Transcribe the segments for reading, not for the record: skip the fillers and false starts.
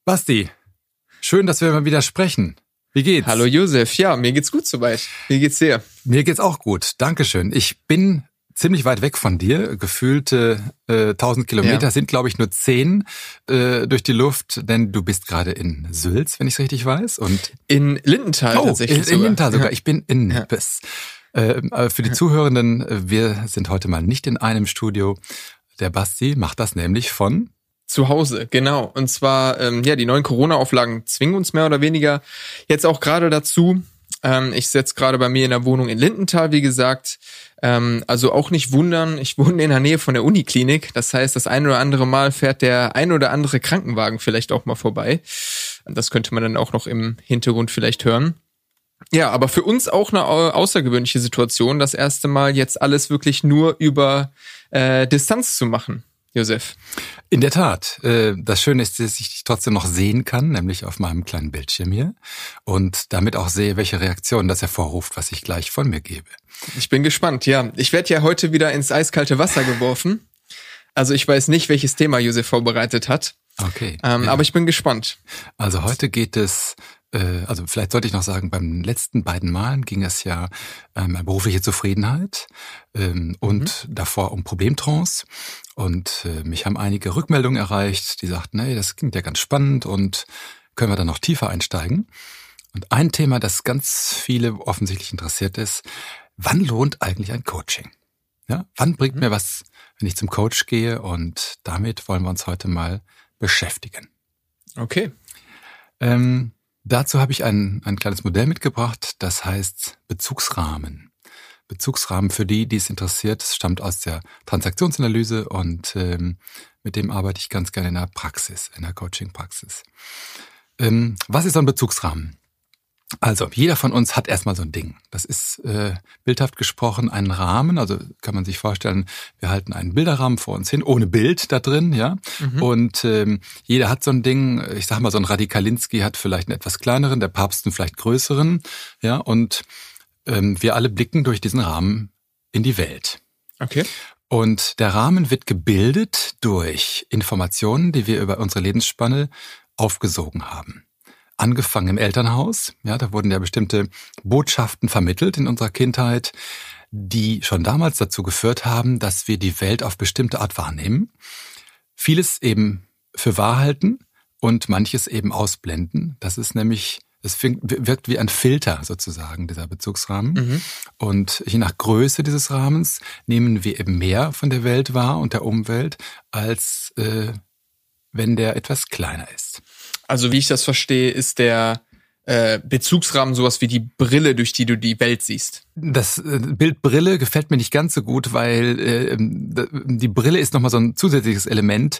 Basti, schön, dass wir mal wieder sprechen. Wie geht's? Hallo Josef, ja, mir geht's gut soweit. Wie geht's dir? Mir geht's auch gut, Dankeschön. Ich bin ziemlich weit weg von dir. Gefühlte 1000 Kilometer sind, glaube ich, nur 10 durch die Luft, denn du bist gerade in Sülz, wenn ich es richtig weiß. Und in Lindenthal tatsächlich. In Lindenthal sogar. Ich bin in Nippes. Für die Zuhörenden, wir sind heute mal nicht in einem Studio. Der Basti macht das nämlich von zu Hause, genau. Und zwar, die neuen Corona-Auflagen zwingen uns mehr oder weniger jetzt auch gerade dazu. Ich sitze gerade bei mir in der Wohnung in Lindenthal, wie gesagt. Also auch nicht wundern, ich wohne in der Nähe von der Uniklinik. Das heißt, das ein oder andere Mal fährt der ein oder andere Krankenwagen vielleicht auch mal vorbei. Das könnte man dann auch noch im Hintergrund vielleicht hören. Ja, aber für uns auch eine außergewöhnliche Situation, das erste Mal jetzt alles wirklich nur über Distanz zu machen. Josef. In der Tat. Das Schöne ist, dass ich dich trotzdem noch sehen kann, nämlich auf meinem kleinen Bildschirm hier und damit auch sehe, welche Reaktion das hervorruft, was ich gleich von mir gebe. Ich bin gespannt, ja. Ich werde ja heute wieder ins eiskalte Wasser geworfen. Also ich weiß nicht, welches Thema Josef vorbereitet hat. Okay. Aber ich bin gespannt. Also heute geht es, also vielleicht sollte ich noch sagen, beim letzten beiden Malen ging es ja berufliche Zufriedenheit und davor um Problemtrance. Und mich haben einige Rückmeldungen erreicht, die sagten, hey, das klingt ja ganz spannend und können wir da noch tiefer einsteigen. Und ein Thema, das ganz viele offensichtlich interessiert ist, wann lohnt eigentlich ein Coaching? Ja, wann bringt mir was, wenn ich zum Coach gehe? Und damit wollen wir uns heute mal beschäftigen. Okay. Dazu habe ich ein kleines Modell mitgebracht, das heißt Bezugsrahmen. Bezugsrahmen für die es interessiert, es stammt aus der Transaktionsanalyse und mit dem arbeite ich ganz gerne in der Praxis, in der Coaching-Praxis. Was ist so ein Bezugsrahmen? Also, jeder von uns hat erstmal so ein Ding. Das ist bildhaft gesprochen ein Rahmen, also kann man sich vorstellen, wir halten einen Bilderrahmen vor uns hin, ohne Bild da drin, ja. Und jeder hat so ein Ding, ich sag mal, so ein Radikalinski hat vielleicht einen etwas kleineren, der Papst einen vielleicht größeren, ja, und wir alle blicken durch diesen Rahmen in die Welt. Okay. Und der Rahmen wird gebildet durch Informationen, die wir über unsere Lebensspanne aufgesogen haben. Angefangen im Elternhaus, ja, da wurden ja bestimmte Botschaften vermittelt in unserer Kindheit, die schon damals dazu geführt haben, dass wir die Welt auf bestimmte Art wahrnehmen. Vieles eben für wahr halten und manches eben ausblenden. Das ist nämlich, es wirkt wie ein Filter sozusagen, dieser Bezugsrahmen. Und je nach Größe dieses Rahmens nehmen wir eben mehr von der Welt wahr und der Umwelt, als wenn der etwas kleiner ist. Also wie ich das verstehe, ist der Bezugsrahmen sowas wie die Brille, durch die du die Welt siehst. Das Bild Brille gefällt mir nicht ganz so gut, weil die Brille ist nochmal so ein zusätzliches Element.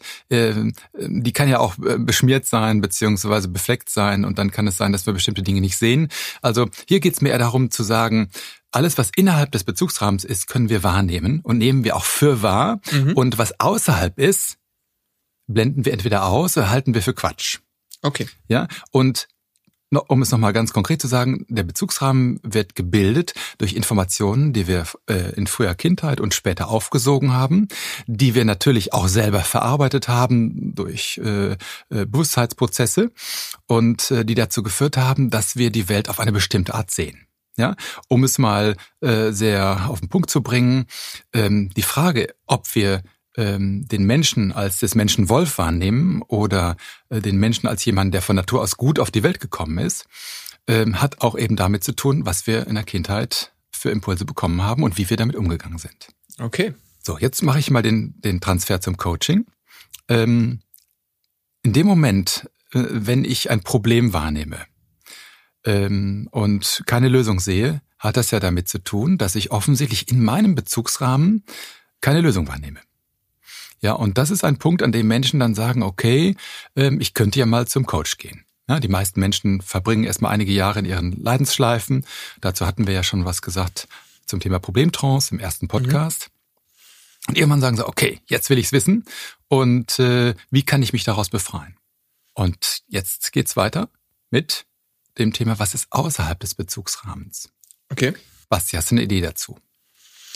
Die kann ja auch beschmiert sein beziehungsweise befleckt sein und dann kann es sein, dass wir bestimmte Dinge nicht sehen. Also hier geht es mir eher darum zu sagen, alles, was innerhalb des Bezugsrahmens ist, können wir wahrnehmen und nehmen wir auch für wahr. Und was außerhalb ist, blenden wir entweder aus oder halten wir für Quatsch. Okay. Ja, und um es nochmal ganz konkret zu sagen, der Bezugsrahmen wird gebildet durch Informationen, die wir in früher Kindheit und später aufgesogen haben, die wir natürlich auch selber verarbeitet haben durch Bewusstseinsprozesse und die dazu geführt haben, dass wir die Welt auf eine bestimmte Art sehen. Ja, um es mal sehr auf den Punkt zu bringen, die Frage, ob wir den Menschen als des Menschen Wolf wahrnehmen oder den Menschen als jemanden, der von Natur aus gut auf die Welt gekommen ist, hat auch eben damit zu tun, was wir in der Kindheit für Impulse bekommen haben und wie wir damit umgegangen sind. Okay. So, jetzt mache ich mal den Transfer zum Coaching. In dem Moment, wenn ich ein Problem wahrnehme und keine Lösung sehe, hat das ja damit zu tun, dass ich offensichtlich in meinem Bezugsrahmen keine Lösung wahrnehme. Ja, und das ist ein Punkt, an dem Menschen dann sagen, okay, ich könnte ja mal zum Coach gehen. Ja, die meisten Menschen verbringen erstmal einige Jahre in ihren Leidensschleifen. Dazu hatten wir ja schon was gesagt zum Thema Problemtrance im ersten Podcast. Und irgendwann sagen sie, okay, jetzt will ich's wissen und wie kann ich mich daraus befreien? Und jetzt geht's weiter mit dem Thema, was ist außerhalb des Bezugsrahmens? Okay. Basti, hast du eine Idee dazu?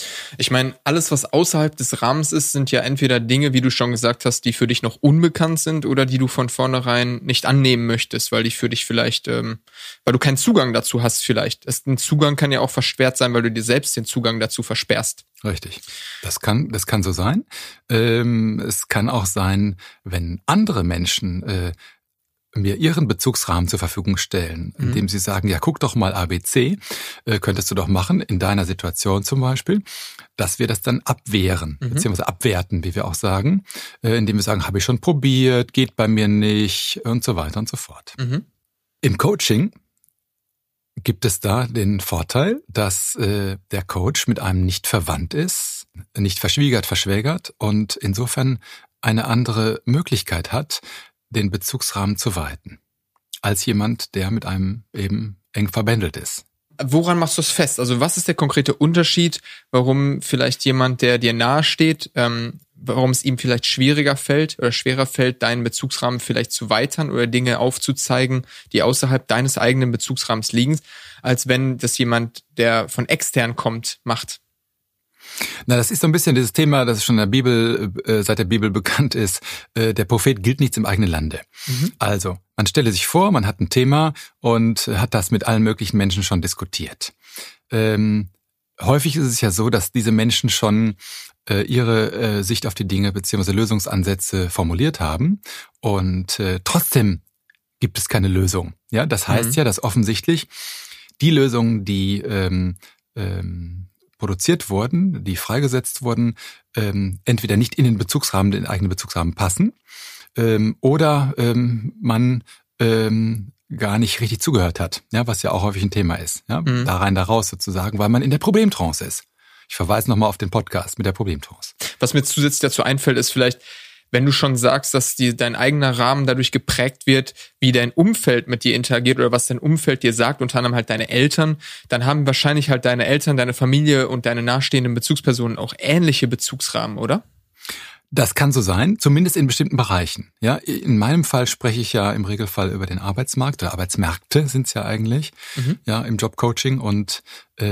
Ich meine, alles, was außerhalb des Rahmens ist, sind ja entweder Dinge, wie du schon gesagt hast, die für dich noch unbekannt sind oder die du von vornherein nicht annehmen möchtest, weil die für dich vielleicht, weil du keinen Zugang dazu hast vielleicht. Ein Zugang kann ja auch versperrt sein, weil du dir selbst den Zugang dazu versperrst. Richtig. Das kann so sein. Es kann auch sein, wenn andere Menschen mir ihren Bezugsrahmen zur Verfügung stellen, indem sie sagen, ja, guck doch mal ABC, könntest du doch machen, in deiner Situation zum Beispiel, dass wir das dann abwehren, beziehungsweise abwerten, wie wir auch sagen, indem wir sagen, habe ich schon probiert, geht bei mir nicht und so weiter und so fort. Im Coaching gibt es da den Vorteil, dass der Coach mit einem nicht verwandt ist, nicht verschwägert und insofern eine andere Möglichkeit hat, den Bezugsrahmen zu weiten, als jemand, der mit einem eben eng verbändelt ist. Woran machst du es fest? Also was ist der konkrete Unterschied, warum vielleicht jemand, der dir nahe steht, warum es ihm vielleicht schwerer fällt, deinen Bezugsrahmen vielleicht zu weitern oder Dinge aufzuzeigen, die außerhalb deines eigenen Bezugsrahmens liegen, als wenn das jemand, der von extern kommt, macht? Na, das ist so ein bisschen dieses Thema, das schon in der Bibel, seit der Bibel bekannt ist. Der Prophet gilt nichts im eigenen Lande. Also, man stelle sich vor, man hat ein Thema und hat das mit allen möglichen Menschen schon diskutiert. Häufig ist es ja so, dass diese Menschen schon ihre Sicht auf die Dinge bzw. Lösungsansätze formuliert haben und trotzdem gibt es keine Lösung. Ja, das heißt ja, dass offensichtlich die Lösungen, die produziert wurden, die freigesetzt wurden, entweder nicht in den Bezugsrahmen, den eigenen Bezugsrahmen passen, oder man gar nicht richtig zugehört hat, ja, was ja auch häufig ein Thema ist, ja, da rein, da raus sozusagen, weil man in der Problemtrance ist. Ich verweise nochmal auf den Podcast mit der Problemtrance. Was mir zusätzlich dazu einfällt, ist vielleicht, wenn du schon sagst, dass dein eigener Rahmen dadurch geprägt wird, wie dein Umfeld mit dir interagiert oder was dein Umfeld dir sagt, unter anderem halt deine Eltern, dann haben wahrscheinlich halt deine Eltern, deine Familie und deine nahestehenden Bezugspersonen auch ähnliche Bezugsrahmen, oder? Das kann so sein, zumindest in bestimmten Bereichen. Ja, in meinem Fall spreche ich ja im Regelfall über den Arbeitsmarkt, oder Arbeitsmärkte sind es ja eigentlich, ja, im Jobcoaching, und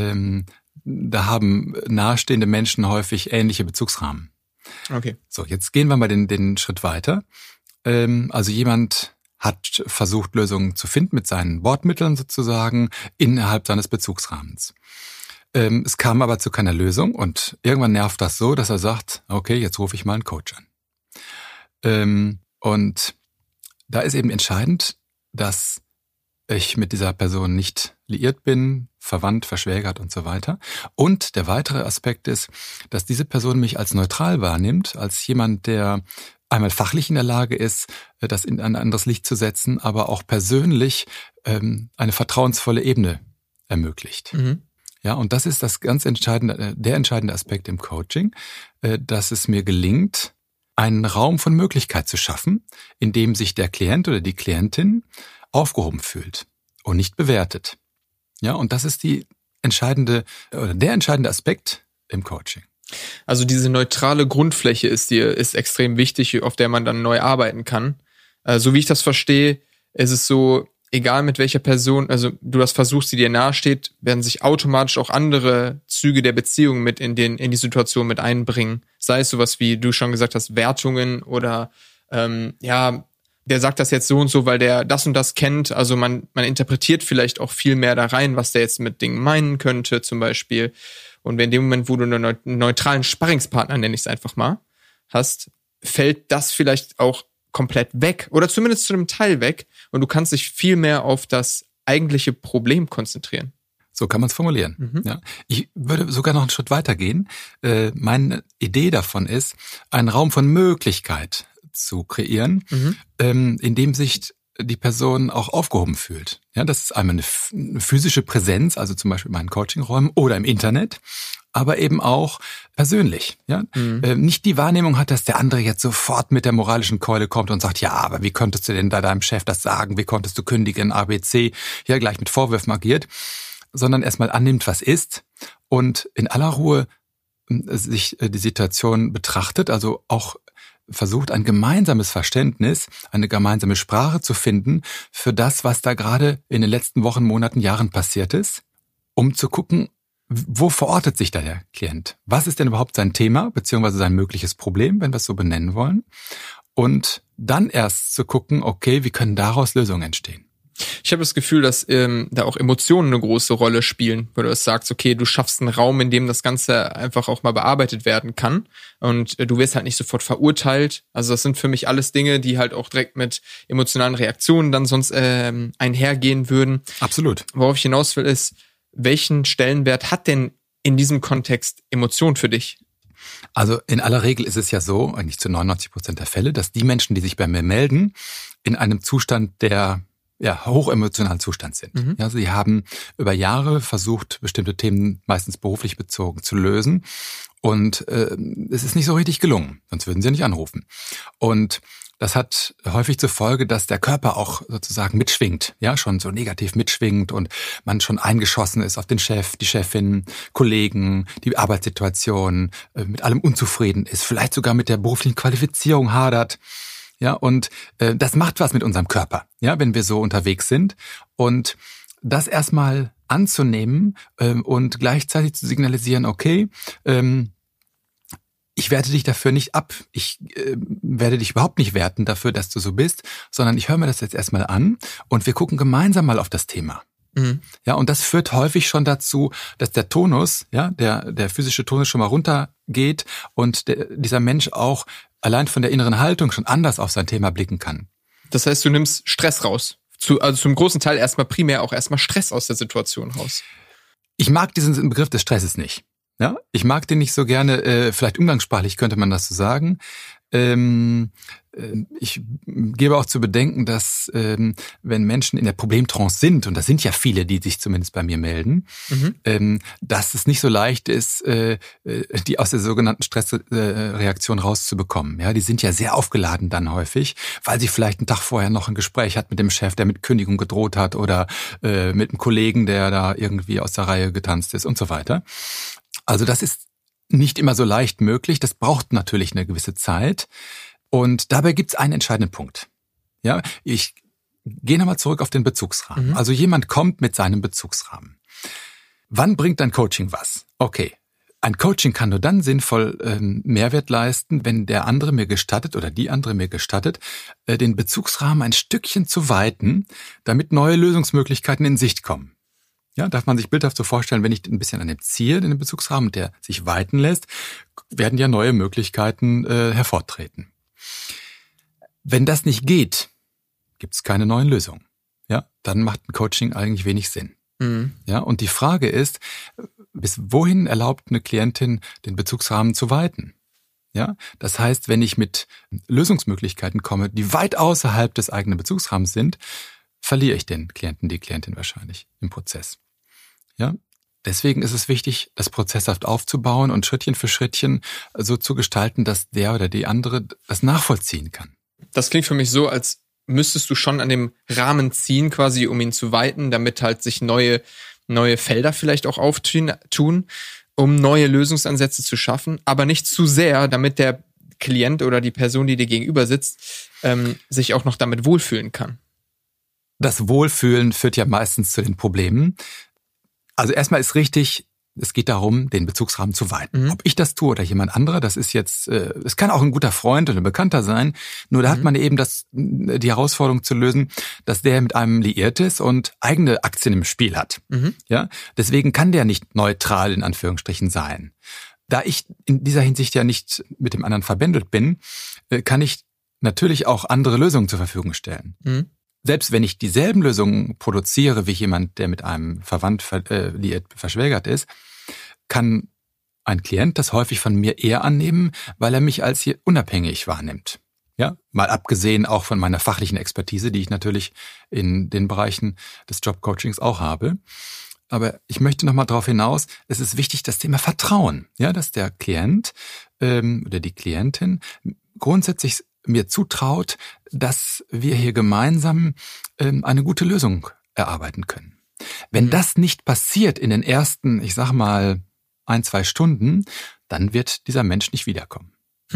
da haben nahestehende Menschen häufig ähnliche Bezugsrahmen. Okay. So, jetzt gehen wir mal den Schritt weiter. Also jemand hat versucht, Lösungen zu finden mit seinen Bordmitteln sozusagen innerhalb seines Bezugsrahmens. Es kam aber zu keiner Lösung und irgendwann nervt das so, dass er sagt, okay, jetzt rufe ich mal einen Coach an. Und da ist eben entscheidend, dass ich mit dieser Person nicht liiert bin, verwandt, verschwägert und so weiter. Und der weitere Aspekt ist, dass diese Person mich als neutral wahrnimmt, als jemand, der einmal fachlich in der Lage ist, das in ein anderes Licht zu setzen, aber auch persönlich eine vertrauensvolle Ebene ermöglicht. Ja, und das ist das ganz entscheidende, der entscheidende Aspekt im Coaching, dass es mir gelingt, einen Raum von Möglichkeit zu schaffen, in dem sich der Klient oder die Klientin aufgehoben fühlt und nicht bewertet. Ja, und das ist der entscheidende Aspekt im Coaching. Also diese neutrale Grundfläche ist extrem wichtig, auf der man dann neu arbeiten kann. So wie ich das verstehe, ist es so, egal mit welcher Person, also du das versuchst, die dir nahesteht, werden sich automatisch auch andere Züge der Beziehung mit in die Situation mit einbringen. Sei es sowas wie du schon gesagt hast, Wertungen oder der sagt das jetzt so und so, weil der das und das kennt. Also man interpretiert vielleicht auch viel mehr da rein, was der jetzt mit Dingen meinen könnte zum Beispiel. Und wenn in dem Moment, wo du einen neutralen Sparringspartner, nenne ich es einfach mal, hast, fällt das vielleicht auch komplett weg oder zumindest zu einem Teil weg und du kannst dich viel mehr auf das eigentliche Problem konzentrieren. So kann man es formulieren. Ja. Ich würde sogar noch einen Schritt weiter gehen. Meine Idee davon ist, einen Raum von Möglichkeit zu kreieren, in dem sich die Person auch aufgehoben fühlt. Ja, das ist einmal eine physische Präsenz, also zum Beispiel in meinen Coachingräumen oder im Internet, aber eben auch persönlich. Ja, nicht die Wahrnehmung hat, dass der andere jetzt sofort mit der moralischen Keule kommt und sagt, ja, aber wie konntest du denn da deinem Chef das sagen? Wie konntest du kündigen? ABC, ja, gleich mit Vorwürfen agiert, sondern erstmal annimmt, was ist und in aller Ruhe sich die Situation betrachtet, also auch versucht, ein gemeinsames Verständnis, eine gemeinsame Sprache zu finden für das, was da gerade in den letzten Wochen, Monaten, Jahren passiert ist, um zu gucken, wo verortet sich da der Klient? Was ist denn überhaupt sein Thema, beziehungsweise sein mögliches Problem, wenn wir es so benennen wollen? Und dann erst zu gucken, okay, wie können daraus Lösungen entstehen? Ich habe das Gefühl, dass da auch Emotionen eine große Rolle spielen, wo du sagst, okay, du schaffst einen Raum, in dem das Ganze einfach auch mal bearbeitet werden kann und du wirst halt nicht sofort verurteilt. Also das sind für mich alles Dinge, die halt auch direkt mit emotionalen Reaktionen dann sonst einhergehen würden. Absolut. Worauf ich hinaus will, ist, welchen Stellenwert hat denn in diesem Kontext Emotion für dich? Also in aller Regel ist es ja so, eigentlich zu 99% der Fälle, dass die Menschen, die sich bei mir melden, in einem Zustand der hochemotionalen Zustand sind. Mhm. Ja, sie haben über Jahre versucht, bestimmte Themen meistens beruflich bezogen zu lösen und es ist nicht so richtig gelungen, sonst würden sie ja nicht anrufen. Und das hat häufig zur Folge, dass der Körper auch sozusagen mitschwingt, ja, schon so negativ mitschwingt und man schon eingeschossen ist auf den Chef, die Chefin, Kollegen, die Arbeitssituation, mit allem unzufrieden ist, vielleicht sogar mit der beruflichen Qualifizierung hadert. Ja, und das macht was mit unserem Körper, ja, wenn wir so unterwegs sind. Und das erstmal anzunehmen und gleichzeitig zu signalisieren, okay, ich werte dich dafür nicht ab, ich werde dich überhaupt nicht werten dafür, dass du so bist, sondern ich höre mir das jetzt erstmal an und wir gucken gemeinsam mal auf das Thema. Mhm. Ja, und das führt häufig schon dazu, dass der Tonus, ja, der physische Tonus schon mal runtergeht und dieser Mensch auch allein von der inneren Haltung schon anders auf sein Thema blicken kann. Das heißt, du nimmst Stress raus. Also zum großen Teil primär auch erstmal Stress aus der Situation raus. Ich mag diesen Begriff des Stresses nicht. Ja, ich mag den nicht so gerne, vielleicht umgangssprachlich könnte man das so sagen. Ich gebe auch zu bedenken, dass wenn Menschen in der Problemtrance sind, und das sind ja viele, die sich zumindest bei mir melden, dass es nicht so leicht ist, die aus der sogenannten Stressreaktion rauszubekommen. Ja, die sind ja sehr aufgeladen dann häufig, weil sie vielleicht einen Tag vorher noch ein Gespräch hat mit dem Chef, der mit Kündigung gedroht hat oder mit einem Kollegen, der da irgendwie aus der Reihe getanzt ist und so weiter. Also das ist nicht immer so leicht möglich. Das braucht natürlich eine gewisse Zeit. Und dabei gibt es einen entscheidenden Punkt. Ja, ich gehe nochmal zurück auf den Bezugsrahmen. Also jemand kommt mit seinem Bezugsrahmen. Wann bringt ein Coaching was? Okay, ein Coaching kann nur dann sinnvoll Mehrwert leisten, wenn der andere mir gestattet oder die andere mir gestattet, den Bezugsrahmen ein Stückchen zu weiten, damit neue Lösungsmöglichkeiten in Sicht kommen. Ja, darf man sich bildhaft so vorstellen, wenn ich ein bisschen an dem ziehe, in dem Bezugsrahmen, der sich weiten lässt, werden ja neue Möglichkeiten hervortreten. Wenn das nicht geht, gibt es keine neuen Lösungen. Ja, dann macht ein Coaching eigentlich wenig Sinn. Mhm. Ja, und die Frage ist, bis wohin erlaubt eine Klientin, den Bezugsrahmen zu weiten? Ja, das heißt, wenn ich mit Lösungsmöglichkeiten komme, die weit außerhalb des eigenen Bezugsrahmens sind, verliere ich den Klienten, die Klientin wahrscheinlich im Prozess. Ja, deswegen ist es wichtig, das prozesshaft aufzubauen und Schrittchen für Schrittchen so zu gestalten, dass der oder die andere das nachvollziehen kann. Das klingt für mich so, als müsstest du schon an dem Rahmen ziehen, quasi, um ihn zu weiten, damit halt sich neue Felder vielleicht auch auftun, um neue Lösungsansätze zu schaffen, aber nicht zu sehr, damit der Klient oder die Person, die dir gegenüber sitzt, sich auch noch damit wohlfühlen kann. Das Wohlfühlen führt ja meistens zu den Problemen. Also erstmal ist richtig, es geht darum, den Bezugsrahmen zu weiten. Mhm. Ob ich das tue oder jemand anderer, das ist jetzt, es kann auch ein guter Freund oder ein Bekannter sein, nur da hat man eben die Herausforderung zu lösen, dass der mit einem liiert ist und eigene Aktien im Spiel hat. Mhm. Ja, deswegen kann der nicht neutral in Anführungsstrichen sein. Da ich in dieser Hinsicht ja nicht mit dem anderen verbändelt bin, kann ich natürlich auch andere Lösungen zur Verfügung stellen. Mhm. Selbst wenn ich dieselben Lösungen produziere wie jemand, der mit einem Verwandt verschwägert ist, kann ein Klient das häufig von mir eher annehmen, weil er mich als hier unabhängig wahrnimmt. Ja, mal abgesehen auch von meiner fachlichen Expertise, die ich natürlich in den Bereichen des Jobcoachings auch habe. Aber ich möchte nochmal darauf hinaus, es ist wichtig, das Thema Vertrauen, ja, dass der Klient oder die Klientin grundsätzlich mir zutraut, dass wir hier gemeinsam eine gute Lösung erarbeiten können. Wenn das nicht passiert in den ersten, ich sag mal, 1-2 Stunden, dann wird dieser Mensch nicht wiederkommen.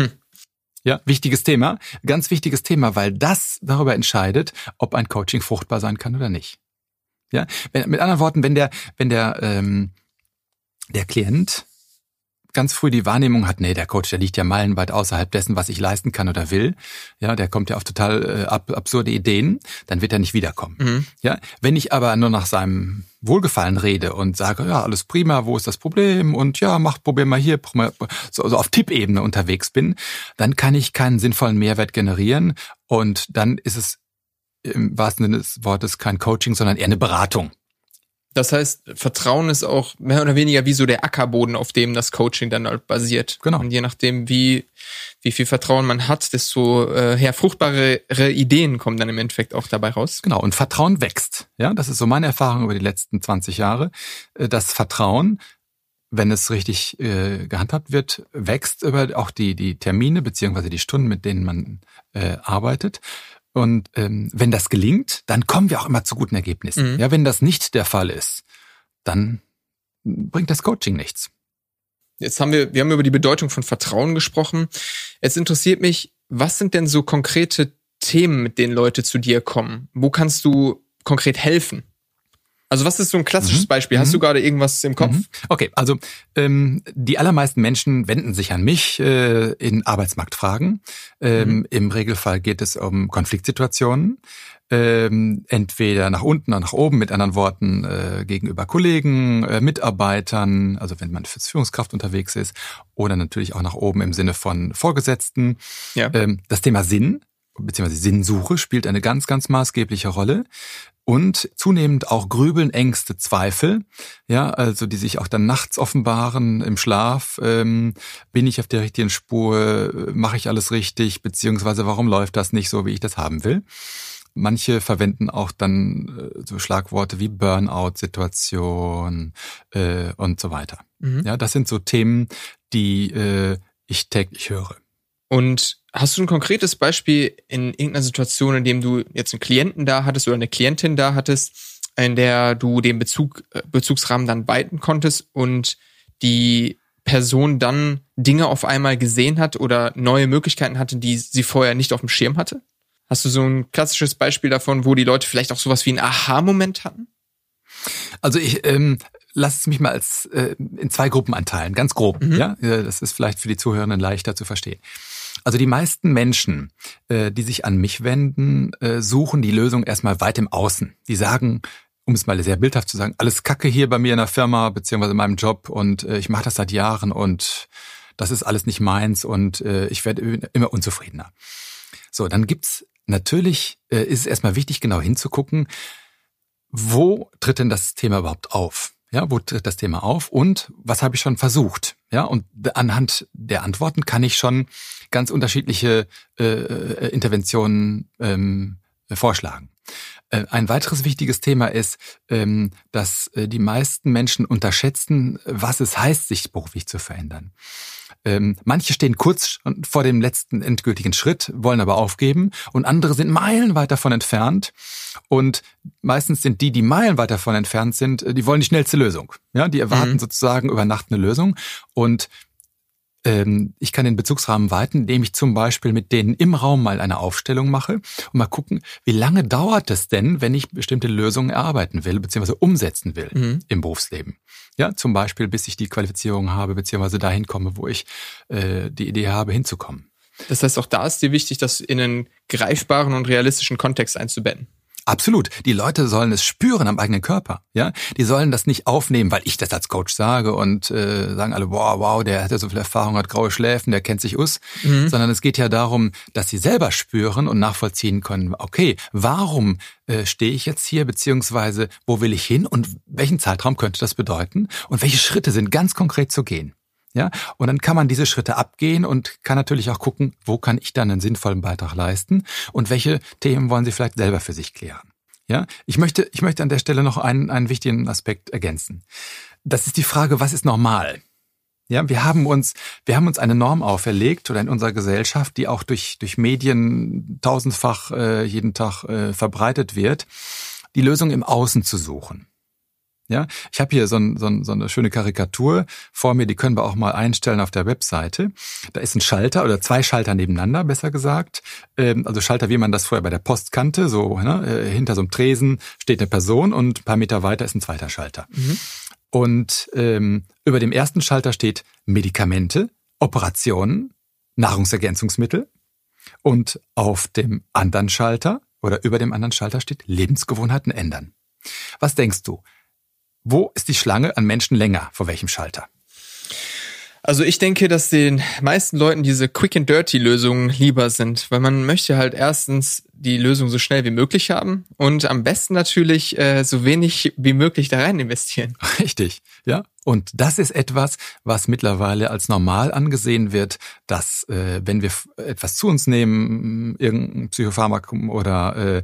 Ja, wichtiges Thema, ganz wichtiges Thema, weil das darüber entscheidet, ob ein Coaching fruchtbar sein kann oder nicht. Ja, mit anderen Worten, wenn der der Klient ganz früh die Wahrnehmung hat, nee, der Coach, der liegt ja meilenweit außerhalb dessen, was ich leisten kann oder will. Ja, der kommt ja auf total absurde Ideen, dann wird er nicht wiederkommen. Mhm. Ja, wenn ich aber nur nach seinem Wohlgefallen rede und sage, ja, alles prima, wo ist das Problem? Und ja, probier mal hier, so auf Tippebene unterwegs bin, dann kann ich keinen sinnvollen Mehrwert generieren und dann ist es im wahrsten Sinne des Wortes kein Coaching, sondern eher eine Beratung. Das heißt, Vertrauen ist auch mehr oder weniger wie so der Ackerboden, auf dem das Coaching dann halt basiert. Genau. Und je nachdem, wie viel Vertrauen man hat, desto fruchtbarere Ideen kommen dann im Endeffekt auch dabei raus. Genau, und Vertrauen wächst. Ja, das ist so meine Erfahrung über die letzten 20 Jahre. Das Vertrauen, wenn es richtig gehandhabt wird, wächst über auch die Termine beziehungsweise die Stunden, mit denen man arbeitet. Und wenn das gelingt, dann kommen wir auch immer zu guten Ergebnissen. Mhm. Ja, wenn das nicht der Fall ist, dann bringt das Coaching nichts. Jetzt haben wir über die Bedeutung von Vertrauen gesprochen. Jetzt interessiert mich, was sind denn so konkrete Themen, mit denen Leute zu dir kommen? Wo kannst du konkret helfen? Also was ist so ein klassisches Beispiel? Hast du gerade irgendwas im Kopf? Okay, also die allermeisten Menschen wenden sich an mich in Arbeitsmarktfragen. Im Regelfall geht es um Konfliktsituationen, entweder nach unten oder nach oben, mit anderen Worten gegenüber Kollegen, Mitarbeitern, also wenn man als Führungskraft unterwegs ist, oder natürlich auch nach oben im Sinne von Vorgesetzten. Ja. Das Thema Sinn bzw. Sinnsuche spielt eine ganz, ganz maßgebliche Rolle. Und zunehmend auch Grübeln, Ängste, Zweifel, ja, also die sich auch dann nachts offenbaren im Schlaf. Bin ich auf der richtigen Spur? Mache ich alles richtig? Beziehungsweise warum läuft das nicht so, wie ich das haben will? Manche verwenden auch dann so Schlagworte wie Burnout-Situation und so weiter. Ja, das sind so Themen, die ich täglich höre. Und hast du ein konkretes Beispiel in irgendeiner Situation, in dem du jetzt einen Klienten da hattest oder eine Klientin da hattest, in der du den Bezugsrahmen dann weiten konntest und die Person dann Dinge auf einmal gesehen hat oder neue Möglichkeiten hatte, die sie vorher nicht auf dem Schirm hatte? Hast du so ein klassisches Beispiel davon, wo die Leute vielleicht auch sowas wie einen Aha-Moment hatten? Also ich lass es mich mal als in zwei Gruppen einteilen, ganz grob. Ja, das ist vielleicht für die Zuhörenden leichter zu verstehen. Also die meisten Menschen, die sich an mich wenden, suchen die Lösung erstmal weit im Außen. Die sagen, um es mal sehr bildhaft zu sagen, alles Kacke hier bei mir in der Firma beziehungsweise in meinem Job und ich mache das seit Jahren und das ist alles nicht meins und ich werde immer unzufriedener. So, dann gibt's natürlich, ist es erstmal wichtig, genau hinzugucken, wo tritt denn das Thema überhaupt auf? Ja, wo tritt das Thema auf und was habe ich schon versucht? Ja, und anhand der Antworten kann ich schon ganz unterschiedliche Interventionen vorschlagen. Ein weiteres wichtiges Thema ist, dass die meisten Menschen unterschätzen, was es heißt, sich beruflich zu verändern. Manche stehen kurz vor dem letzten endgültigen Schritt, wollen aber aufgeben und andere sind meilenweit davon entfernt und meistens sind die meilenweit davon entfernt sind, die wollen die schnellste Lösung. Ja, die erwarten sozusagen über Nacht eine Lösung und ich kann den Bezugsrahmen weiten, indem ich zum Beispiel mit denen im Raum mal eine Aufstellung mache und mal gucken, wie lange dauert es denn, wenn ich bestimmte Lösungen erarbeiten will, beziehungsweise umsetzen will im Berufsleben. Ja, zum Beispiel, bis ich die Qualifizierung habe, beziehungsweise dahin komme, wo ich die Idee habe, hinzukommen. Das heißt, auch da ist dir wichtig, das in einen greifbaren und realistischen Kontext einzubetten. Absolut. Die Leute sollen es spüren am eigenen Körper. Ja, die sollen das nicht aufnehmen, weil ich das als Coach sage und sagen alle, wow, der hat ja so viel Erfahrung, hat graue Schläfen, der kennt sich aus. Sondern es geht ja darum, dass sie selber spüren und nachvollziehen können, okay, warum stehe ich jetzt hier, beziehungsweise wo will ich hin und welchen Zeitraum könnte das bedeuten und welche Schritte sind ganz konkret zu gehen. Ja, und dann kann man diese Schritte abgehen und kann natürlich auch gucken, wo kann ich dann einen sinnvollen Beitrag leisten und welche Themen wollen Sie vielleicht selber für sich klären. Ja, ich möchte an der Stelle noch einen wichtigen Aspekt ergänzen. Das ist die Frage, was ist normal? Ja, wir haben uns eine Norm auferlegt oder in unserer Gesellschaft, die auch durch Medien tausendfach jeden Tag verbreitet wird, die Lösung im Außen zu suchen. Ja, ich habe hier so eine schöne Karikatur vor mir, die können wir auch mal einstellen auf der Webseite. Da ist ein Schalter oder zwei Schalter nebeneinander, besser gesagt. Also Schalter, wie man das vorher bei der Post kannte, so hinter so einem Tresen steht eine Person und ein paar Meter weiter ist ein zweiter Schalter. Und über dem ersten Schalter steht Medikamente, Operationen, Nahrungsergänzungsmittel. Und auf dem anderen Schalter oder über dem anderen Schalter steht Lebensgewohnheiten ändern. Was denkst du? Wo ist die Schlange an Menschen länger? Vor welchem Schalter? Also ich denke, dass den meisten Leuten diese Quick-and-Dirty-Lösungen lieber sind, weil man möchte halt erstens die Lösung so schnell wie möglich haben und am besten natürlich so wenig wie möglich da rein investieren. Richtig, ja. Und das ist etwas, was mittlerweile als normal angesehen wird, dass wenn wir etwas zu uns nehmen, irgendein Psychopharmakum oder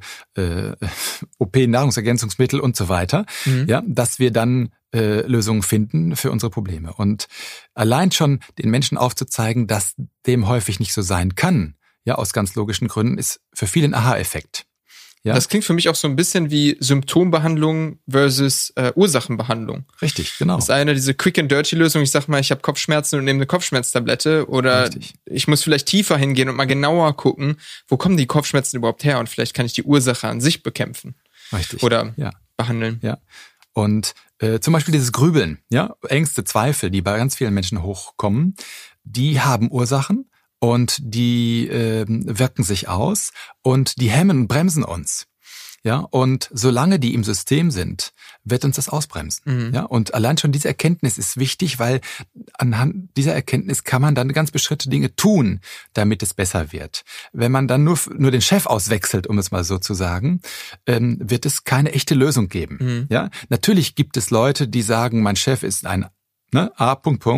OP-Nahrungsergänzungsmittel und so weiter, ja, dass wir dann Lösungen finden für unsere Probleme. Und allein schon den Menschen aufzuzeigen, dass dem häufig nicht so sein kann, ja, aus ganz logischen Gründen, ist für viele ein Aha-Effekt. Ja. Das klingt für mich auch so ein bisschen wie Symptombehandlung versus Ursachenbehandlung. Richtig, genau. Das ist eine, diese Quick-and-Dirty-Lösung. Ich sag mal, ich habe Kopfschmerzen und nehme eine Kopfschmerztablette oder Richtig. Ich muss vielleicht tiefer hingehen und mal genauer gucken, wo kommen die Kopfschmerzen überhaupt her und vielleicht kann ich die Ursache an sich bekämpfen. Richtig. Oder behandeln. Ja. Und zum Beispiel dieses Grübeln, ja, Ängste, Zweifel, die bei ganz vielen Menschen hochkommen, die haben Ursachen und die wirken sich aus und die hemmen und bremsen uns. Ja, und solange die im System sind, wird uns das ausbremsen. Ja, und allein schon diese Erkenntnis ist wichtig, weil anhand dieser Erkenntnis kann man dann ganz bestimmte Dinge tun, damit es besser wird. Wenn man dann nur den Chef auswechselt, um es mal so zu sagen, wird es keine echte Lösung geben. Ja, natürlich gibt es Leute, die sagen, mein Chef ist ein A.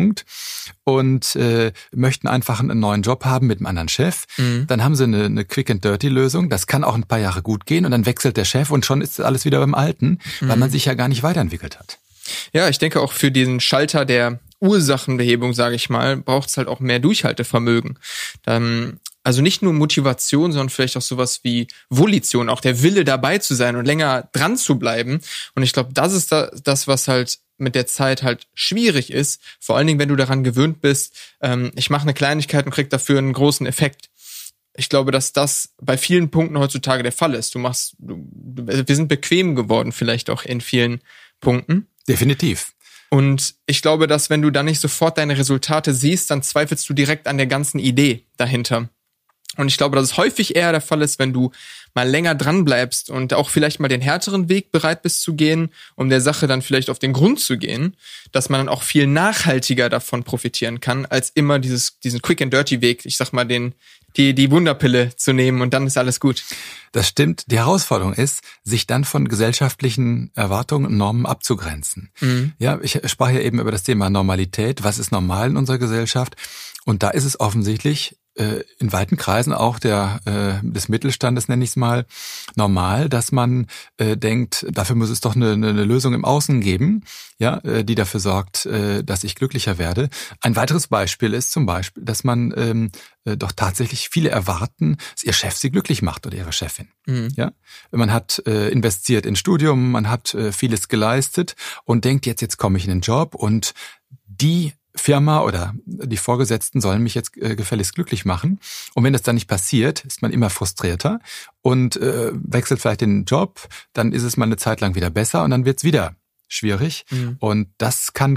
Und möchten einfach einen neuen Job haben mit einem anderen Chef. Dann haben sie eine Quick-and-Dirty-Lösung. Das kann auch ein paar Jahre gut gehen und dann wechselt der Chef und schon ist alles wieder beim Alten, weil man sich ja gar nicht weiterentwickelt hat. Ja, ich denke auch für diesen Schalter der Ursachenbehebung, sage ich mal, braucht es halt auch mehr Durchhaltevermögen. Also nicht nur Motivation, sondern vielleicht auch sowas wie Volition, auch der Wille dabei zu sein und länger dran zu bleiben. Und ich glaube, das ist das, was halt mit der Zeit halt schwierig ist. Vor allen Dingen, wenn du daran gewöhnt bist, ich mache eine Kleinigkeit und krieg dafür einen großen Effekt. Ich glaube, dass das bei vielen Punkten heutzutage der Fall ist. Wir sind bequem geworden vielleicht auch in vielen Punkten. Definitiv. Und ich glaube, dass wenn du dann nicht sofort deine Resultate siehst, dann zweifelst du direkt an der ganzen Idee dahinter. Und ich glaube, dass es häufig eher der Fall ist, wenn du mal länger dran bleibst und auch vielleicht mal den härteren Weg bereit bist zu gehen, um der Sache dann vielleicht auf den Grund zu gehen, dass man dann auch viel nachhaltiger davon profitieren kann, als immer diesen Quick-and-Dirty-Weg, ich sag mal, die Wunderpille zu nehmen und dann ist alles gut. Das stimmt. Die Herausforderung ist, sich dann von gesellschaftlichen Erwartungen und Normen abzugrenzen. Ja, ich sprach ja eben über das Thema Normalität. Was ist normal in unserer Gesellschaft? Und da ist es offensichtlich in weiten Kreisen auch des Mittelstandes, nenne ich es mal, normal, dass man denkt, dafür muss es doch eine Lösung im Außen geben, ja, die dafür sorgt, dass ich glücklicher werde. Ein weiteres Beispiel ist zum Beispiel, dass man doch tatsächlich viele erwarten, dass ihr Chef sie glücklich macht oder ihre Chefin. Ja, man hat investiert in Studium, man hat vieles geleistet und denkt, jetzt komme ich in den Job und die Firma oder die Vorgesetzten sollen mich jetzt gefälligst glücklich machen. Und wenn das dann nicht passiert, ist man immer frustrierter und wechselt vielleicht den Job, dann ist es mal eine Zeit lang wieder besser und dann wird's wieder schwierig. Und das kann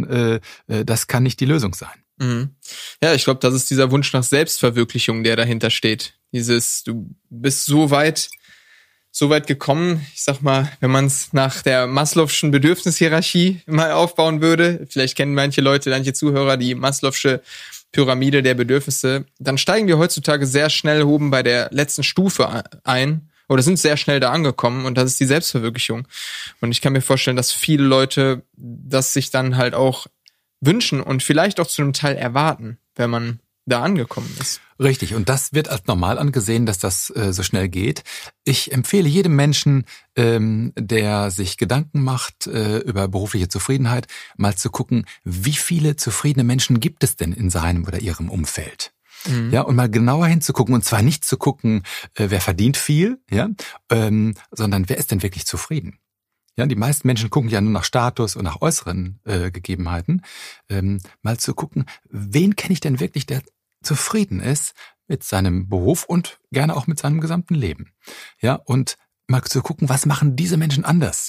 nicht die Lösung sein. Ja, ich glaube, das ist dieser Wunsch nach Selbstverwirklichung, der dahinter steht. Du bist so weit gekommen, ich sag mal, wenn man es nach der Maslow'schen Bedürfnishierarchie mal aufbauen würde, vielleicht kennen manche Zuhörer die Maslow'sche Pyramide der Bedürfnisse, dann steigen wir heutzutage sehr schnell oben bei der letzten Stufe ein oder sind sehr schnell da angekommen und das ist die Selbstverwirklichung. Und ich kann mir vorstellen, dass viele Leute das sich dann halt auch wünschen und vielleicht auch zu einem Teil erwarten, wenn man da angekommen ist. Richtig, und das wird als normal angesehen, dass das so schnell geht. Ich empfehle jedem Menschen, der sich Gedanken macht über berufliche Zufriedenheit, mal zu gucken, wie viele zufriedene Menschen gibt es denn in seinem oder ihrem Umfeld. Ja, und mal genauer hinzugucken, und zwar nicht zu gucken, wer verdient viel, ja, sondern wer ist denn wirklich zufrieden. Ja, die meisten Menschen gucken ja nur nach Status und nach äußeren Gegebenheiten. Mal zu gucken, wen kenne ich denn wirklich, der zufrieden ist mit seinem Beruf und gerne auch mit seinem gesamten Leben. Ja, und mal zu gucken, was machen diese Menschen anders?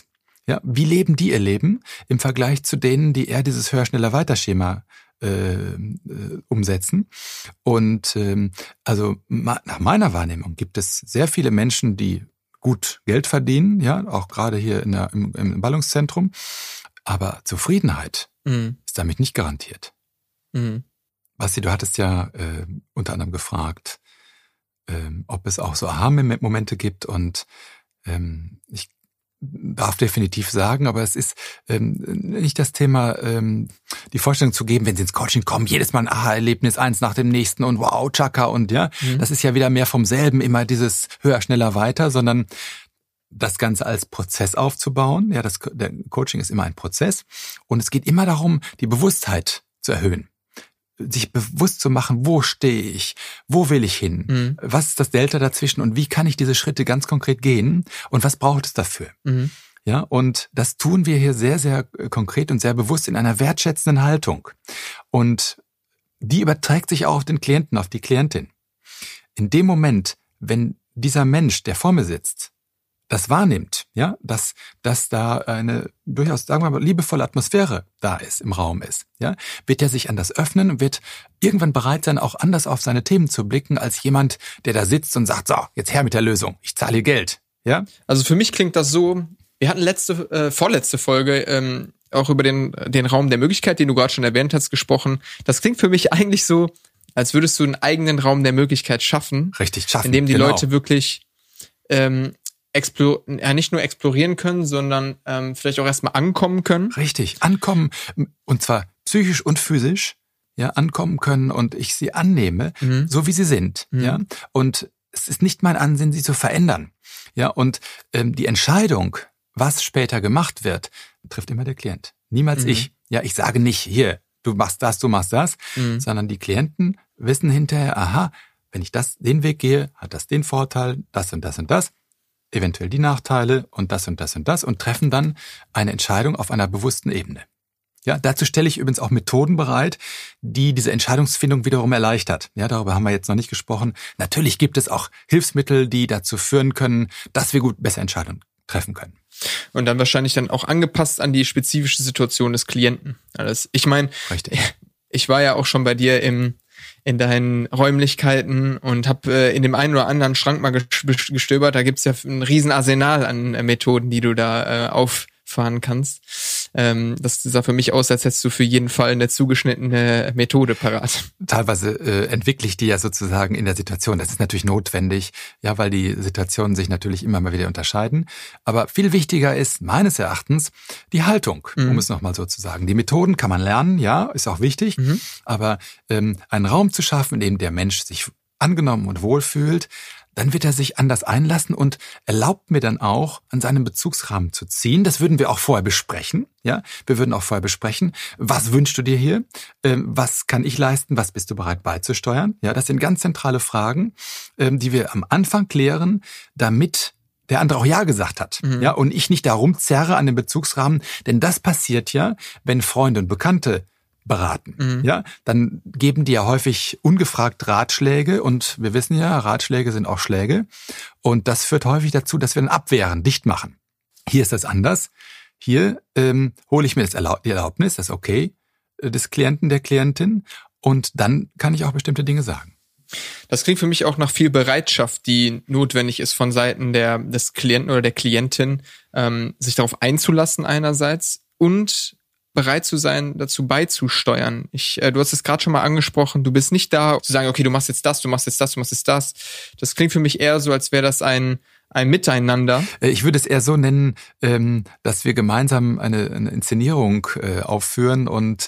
Ja, wie leben die ihr Leben im Vergleich zu denen, die eher dieses Höher-Schneller-Weiter-Schema umsetzen? Und also nach meiner Wahrnehmung gibt es sehr viele Menschen, die gut Geld verdienen, ja, auch gerade hier im Ballungszentrum, aber Zufriedenheit ist damit nicht garantiert. Basti, du hattest ja unter anderem gefragt, ob es auch so Aha-Momente gibt, und ich darf definitiv sagen, aber es ist nicht das Thema, die Vorstellung zu geben, wenn sie ins Coaching kommen, jedes Mal ein Aha-Erlebnis, eins nach dem nächsten und wow, Chaka, und ja, das ist ja wieder mehr vom selben, immer dieses höher, schneller, weiter, sondern das Ganze als Prozess aufzubauen. Ja, der Coaching ist immer ein Prozess, und es geht immer darum, die Bewusstheit zu erhöhen. Sich bewusst zu machen, wo stehe ich, wo will ich hin, was ist das Delta dazwischen und wie kann ich diese Schritte ganz konkret gehen und was braucht es dafür. Ja, und das tun wir hier sehr, sehr konkret und sehr bewusst in einer wertschätzenden Haltung. Und die überträgt sich auch auf den Klienten, auf die Klientin. In dem Moment, wenn dieser Mensch, der vor mir sitzt, das wahrnimmt, ja, dass da eine durchaus, sagen wir mal, liebevolle Atmosphäre da ist, im Raum ist, ja, wird er sich an das öffnen und wird irgendwann bereit sein, auch anders auf seine Themen zu blicken, als jemand, der da sitzt und sagt, so, jetzt her mit der Lösung, ich zahle hier Geld, ja. Also für mich klingt das so, wir hatten vorletzte Folge auch über den Raum der Möglichkeit, den du gerade schon erwähnt hast, gesprochen. Das klingt für mich eigentlich so, als würdest du einen eigenen Raum der Möglichkeit schaffen. Richtig, schaffen. In dem die Leute wirklich nicht nur explorieren können, sondern vielleicht auch erstmal ankommen können. Richtig, ankommen, und zwar psychisch und physisch, ja, ankommen können und ich sie annehme, so wie sie sind, ja. Und es ist nicht mein Ansinnen, sie zu verändern, ja. Und die Entscheidung, was später gemacht wird, trifft immer der Klient, niemals ich. Ja, ich sage nicht, hier, du machst das, sondern die Klienten wissen hinterher, aha, wenn ich den Weg gehe, hat das den Vorteil, das und das und das, eventuell die Nachteile und das und das und das, und treffen dann eine Entscheidung auf einer bewussten Ebene. Ja, dazu stelle ich übrigens auch Methoden bereit, die diese Entscheidungsfindung wiederum erleichtert. Ja, darüber haben wir jetzt noch nicht gesprochen. Natürlich gibt es auch Hilfsmittel, die dazu führen können, dass wir besser Entscheidungen treffen können. Und dann wahrscheinlich dann auch angepasst an die spezifische Situation des Klienten. Ich meine, ich war ja auch schon bei dir in deinen Räumlichkeiten und habe in dem einen oder anderen Schrank mal gestöbert. Da gibt's ja ein Riesenarsenal an Methoden, die du da auffahren kannst. Das sah für mich aus, als hättest du für jeden Fall eine zugeschnittene Methode parat. Teilweise entwickle ich die ja sozusagen in der Situation. Das ist natürlich notwendig, ja, weil die Situationen sich natürlich immer mal wieder unterscheiden. Aber viel wichtiger ist meines Erachtens die Haltung, um es nochmal so zu sagen. Die Methoden kann man lernen, ja, ist auch wichtig. Aber einen Raum zu schaffen, in dem der Mensch sich angenommen und wohlfühlt, dann wird er sich anders einlassen und erlaubt mir dann auch, an seinem Bezugsrahmen zu ziehen. Das würden wir auch vorher besprechen. Ja, wir würden auch vorher besprechen, was wünschst du dir hier? Was kann ich leisten? Was bist du bereit beizusteuern? Ja, das sind ganz zentrale Fragen, die wir am Anfang klären, damit der andere auch Ja gesagt hat. Ja, und ich nicht darum zerre an den Bezugsrahmen, denn das passiert ja, wenn Freunde und Bekannte beraten. Ja, dann geben die ja häufig ungefragt Ratschläge, und wir wissen ja, Ratschläge sind auch Schläge, und das führt häufig dazu, dass wir dann abwehren, dicht machen. Hier ist das anders. Hier hole ich mir die Erlaubnis, das Okay des Klienten, der Klientin, und dann kann ich auch bestimmte Dinge sagen. Das klingt für mich auch nach viel Bereitschaft, die notwendig ist von Seiten des Klienten oder der Klientin, sich darauf einzulassen einerseits und bereit zu sein, dazu beizusteuern. Du hast es gerade schon mal angesprochen, du bist nicht da, zu sagen, okay, du machst jetzt das, du machst jetzt das, du machst jetzt das. Das klingt für mich eher so, als wäre das ein Miteinander. Ich würde es eher so nennen, dass wir gemeinsam eine Inszenierung aufführen und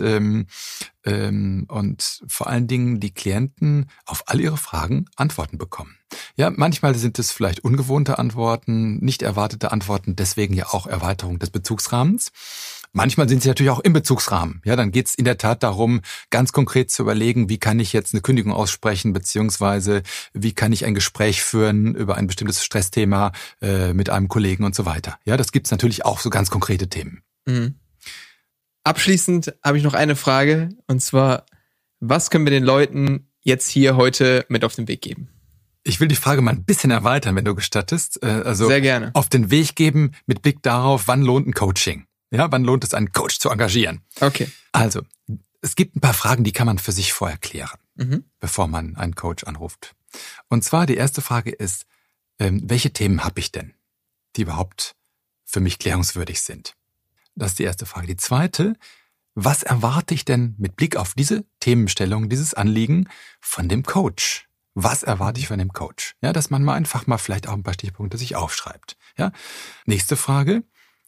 vor allen Dingen die Klienten auf all ihre Fragen Antworten bekommen. Ja, manchmal sind es vielleicht ungewohnte Antworten, nicht erwartete Antworten, deswegen ja auch Erweiterung des Bezugsrahmens. Manchmal sind sie natürlich auch im Bezugsrahmen. Ja, dann geht es in der Tat darum, ganz konkret zu überlegen, wie kann ich jetzt eine Kündigung aussprechen, beziehungsweise wie kann ich ein Gespräch führen über ein bestimmtes Stressthema mit einem Kollegen und so weiter. Ja, das gibt's natürlich auch, so ganz konkrete Themen. Abschließend habe ich noch eine Frage, und zwar, was können wir den Leuten jetzt hier heute mit auf den Weg geben? Ich will die Frage mal ein bisschen erweitern, wenn du gestattest. Also sehr gerne. Auf den Weg geben mit Blick darauf, wann lohnt ein Coaching? Ja, wann lohnt es, einen Coach zu engagieren? Okay. Also, es gibt ein paar Fragen, die kann man für sich vorher klären, bevor man einen Coach anruft. Und zwar die erste Frage ist, welche Themen habe ich denn, die überhaupt für mich klärungswürdig sind? Das ist die erste Frage. Die zweite, was erwarte ich denn mit Blick auf diese Themenstellung, dieses Anliegen von dem Coach? Was erwarte ich von dem Coach? Ja, dass man mal einfach mal vielleicht auch ein paar Stichpunkte sich aufschreibt. Ja. Nächste Frage.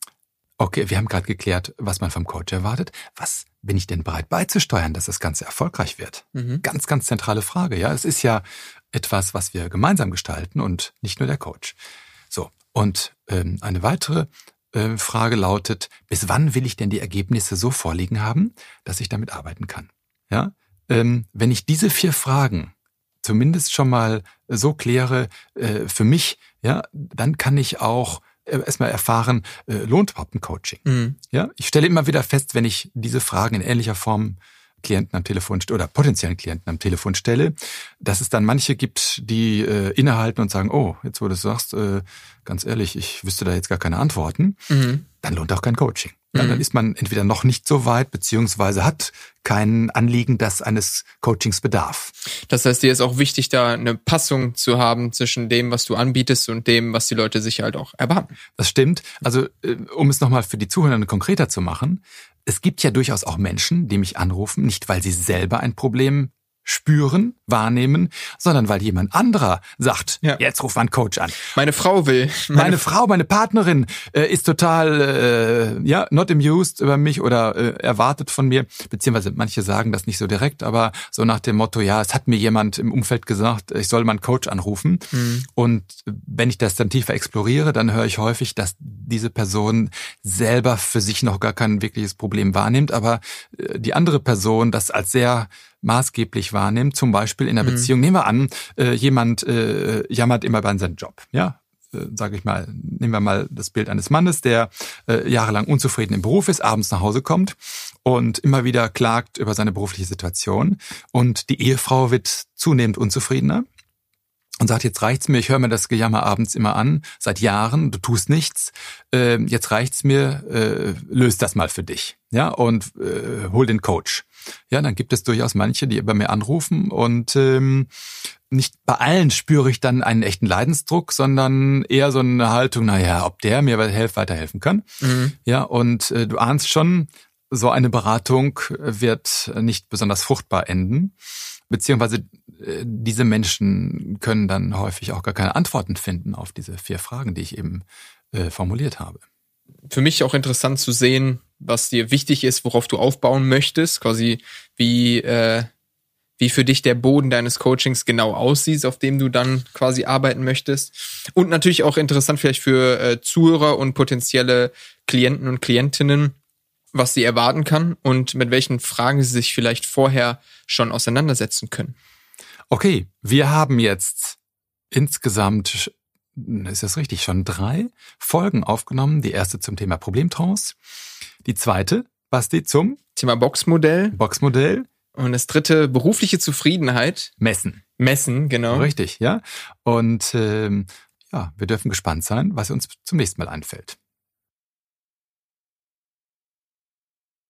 Okay, wir haben gerade geklärt, was man vom Coach erwartet. Was bin ich denn bereit beizusteuern, dass das Ganze erfolgreich wird? Ganz, ganz zentrale Frage. Ja, es ist ja etwas, was wir gemeinsam gestalten und nicht nur der Coach. So, und eine weitere Frage lautet, bis wann will ich denn die Ergebnisse so vorliegen haben, dass ich damit arbeiten kann? Ja, wenn ich diese 4 Fragen zumindest schon mal so kläre für mich, ja, dann kann ich auch erstmal erfahren, lohnt überhaupt ein Coaching? Ja, ich stelle immer wieder fest, wenn ich diese Fragen in ähnlicher Form Klienten am Telefon oder potenziellen Klienten am Telefon stelle, dass es dann manche gibt, die innehalten und sagen, oh, jetzt wo du es sagst, ganz ehrlich, ich wüsste da jetzt gar keine Antworten, dann lohnt auch kein Coaching. Ja, dann ist man entweder noch nicht so weit, beziehungsweise hat kein Anliegen, das eines Coachings bedarf. Das heißt, dir ist auch wichtig, da eine Passung zu haben zwischen dem, was du anbietest und dem, was die Leute sich halt auch erwarten. Das stimmt. Also, um es nochmal für die Zuhörer konkreter zu machen, es gibt ja durchaus auch Menschen, die mich anrufen, nicht weil sie selber ein Problem spüren, wahrnehmen, sondern weil jemand anderer sagt, jetzt ruf mal einen Coach an. Meine Frau will. Meine Partnerin ist total not amused über mich oder erwartet von mir, beziehungsweise manche sagen das nicht so direkt, aber so nach dem Motto, ja, es hat mir jemand im Umfeld gesagt, ich soll mal einen Coach anrufen. Und wenn ich das dann tiefer exploriere, dann höre ich häufig, dass diese Person selber für sich noch gar kein wirkliches Problem wahrnimmt, aber die andere Person das als sehr maßgeblich wahrnimmt, zum Beispiel in einer Beziehung. Nehmen wir an, jemand jammert immer bei seinem Job. Ja, sage ich mal, nehmen wir mal das Bild eines Mannes, der jahrelang unzufrieden im Beruf ist, abends nach Hause kommt und immer wieder klagt über seine berufliche Situation. Und die Ehefrau wird zunehmend unzufriedener und sagt, jetzt reicht's mir, ich höre mir das Gejammer abends immer an, seit Jahren, du tust nichts, jetzt reicht's mir, löst das mal für dich, ja, und hol den Coach. Ja, dann gibt es durchaus manche, die bei mir anrufen und nicht bei allen spüre ich dann einen echten Leidensdruck, sondern eher so eine Haltung, naja, ob der mir weiterhelfen kann. Ja, und du ahnst schon, so eine Beratung wird nicht besonders fruchtbar enden. Beziehungsweise diese Menschen können dann häufig auch gar keine Antworten finden auf diese 4 Fragen, die ich eben formuliert habe. Für mich auch interessant zu sehen, was dir wichtig ist, worauf du aufbauen möchtest, quasi wie für dich der Boden deines Coachings genau aussieht, auf dem du dann quasi arbeiten möchtest. Und natürlich auch interessant vielleicht für Zuhörer und potenzielle Klienten und Klientinnen, was sie erwarten kann und mit welchen Fragen sie sich vielleicht vorher schon auseinandersetzen können. Okay, wir haben jetzt insgesamt, ist das richtig, schon 3 Folgen aufgenommen. Die erste zum Thema Problemtrance. Die zweite, Basti, zum Thema Boxmodell. Und das dritte, berufliche Zufriedenheit. Messen, genau. Richtig, ja. Und wir dürfen gespannt sein, was uns zum nächsten Mal einfällt.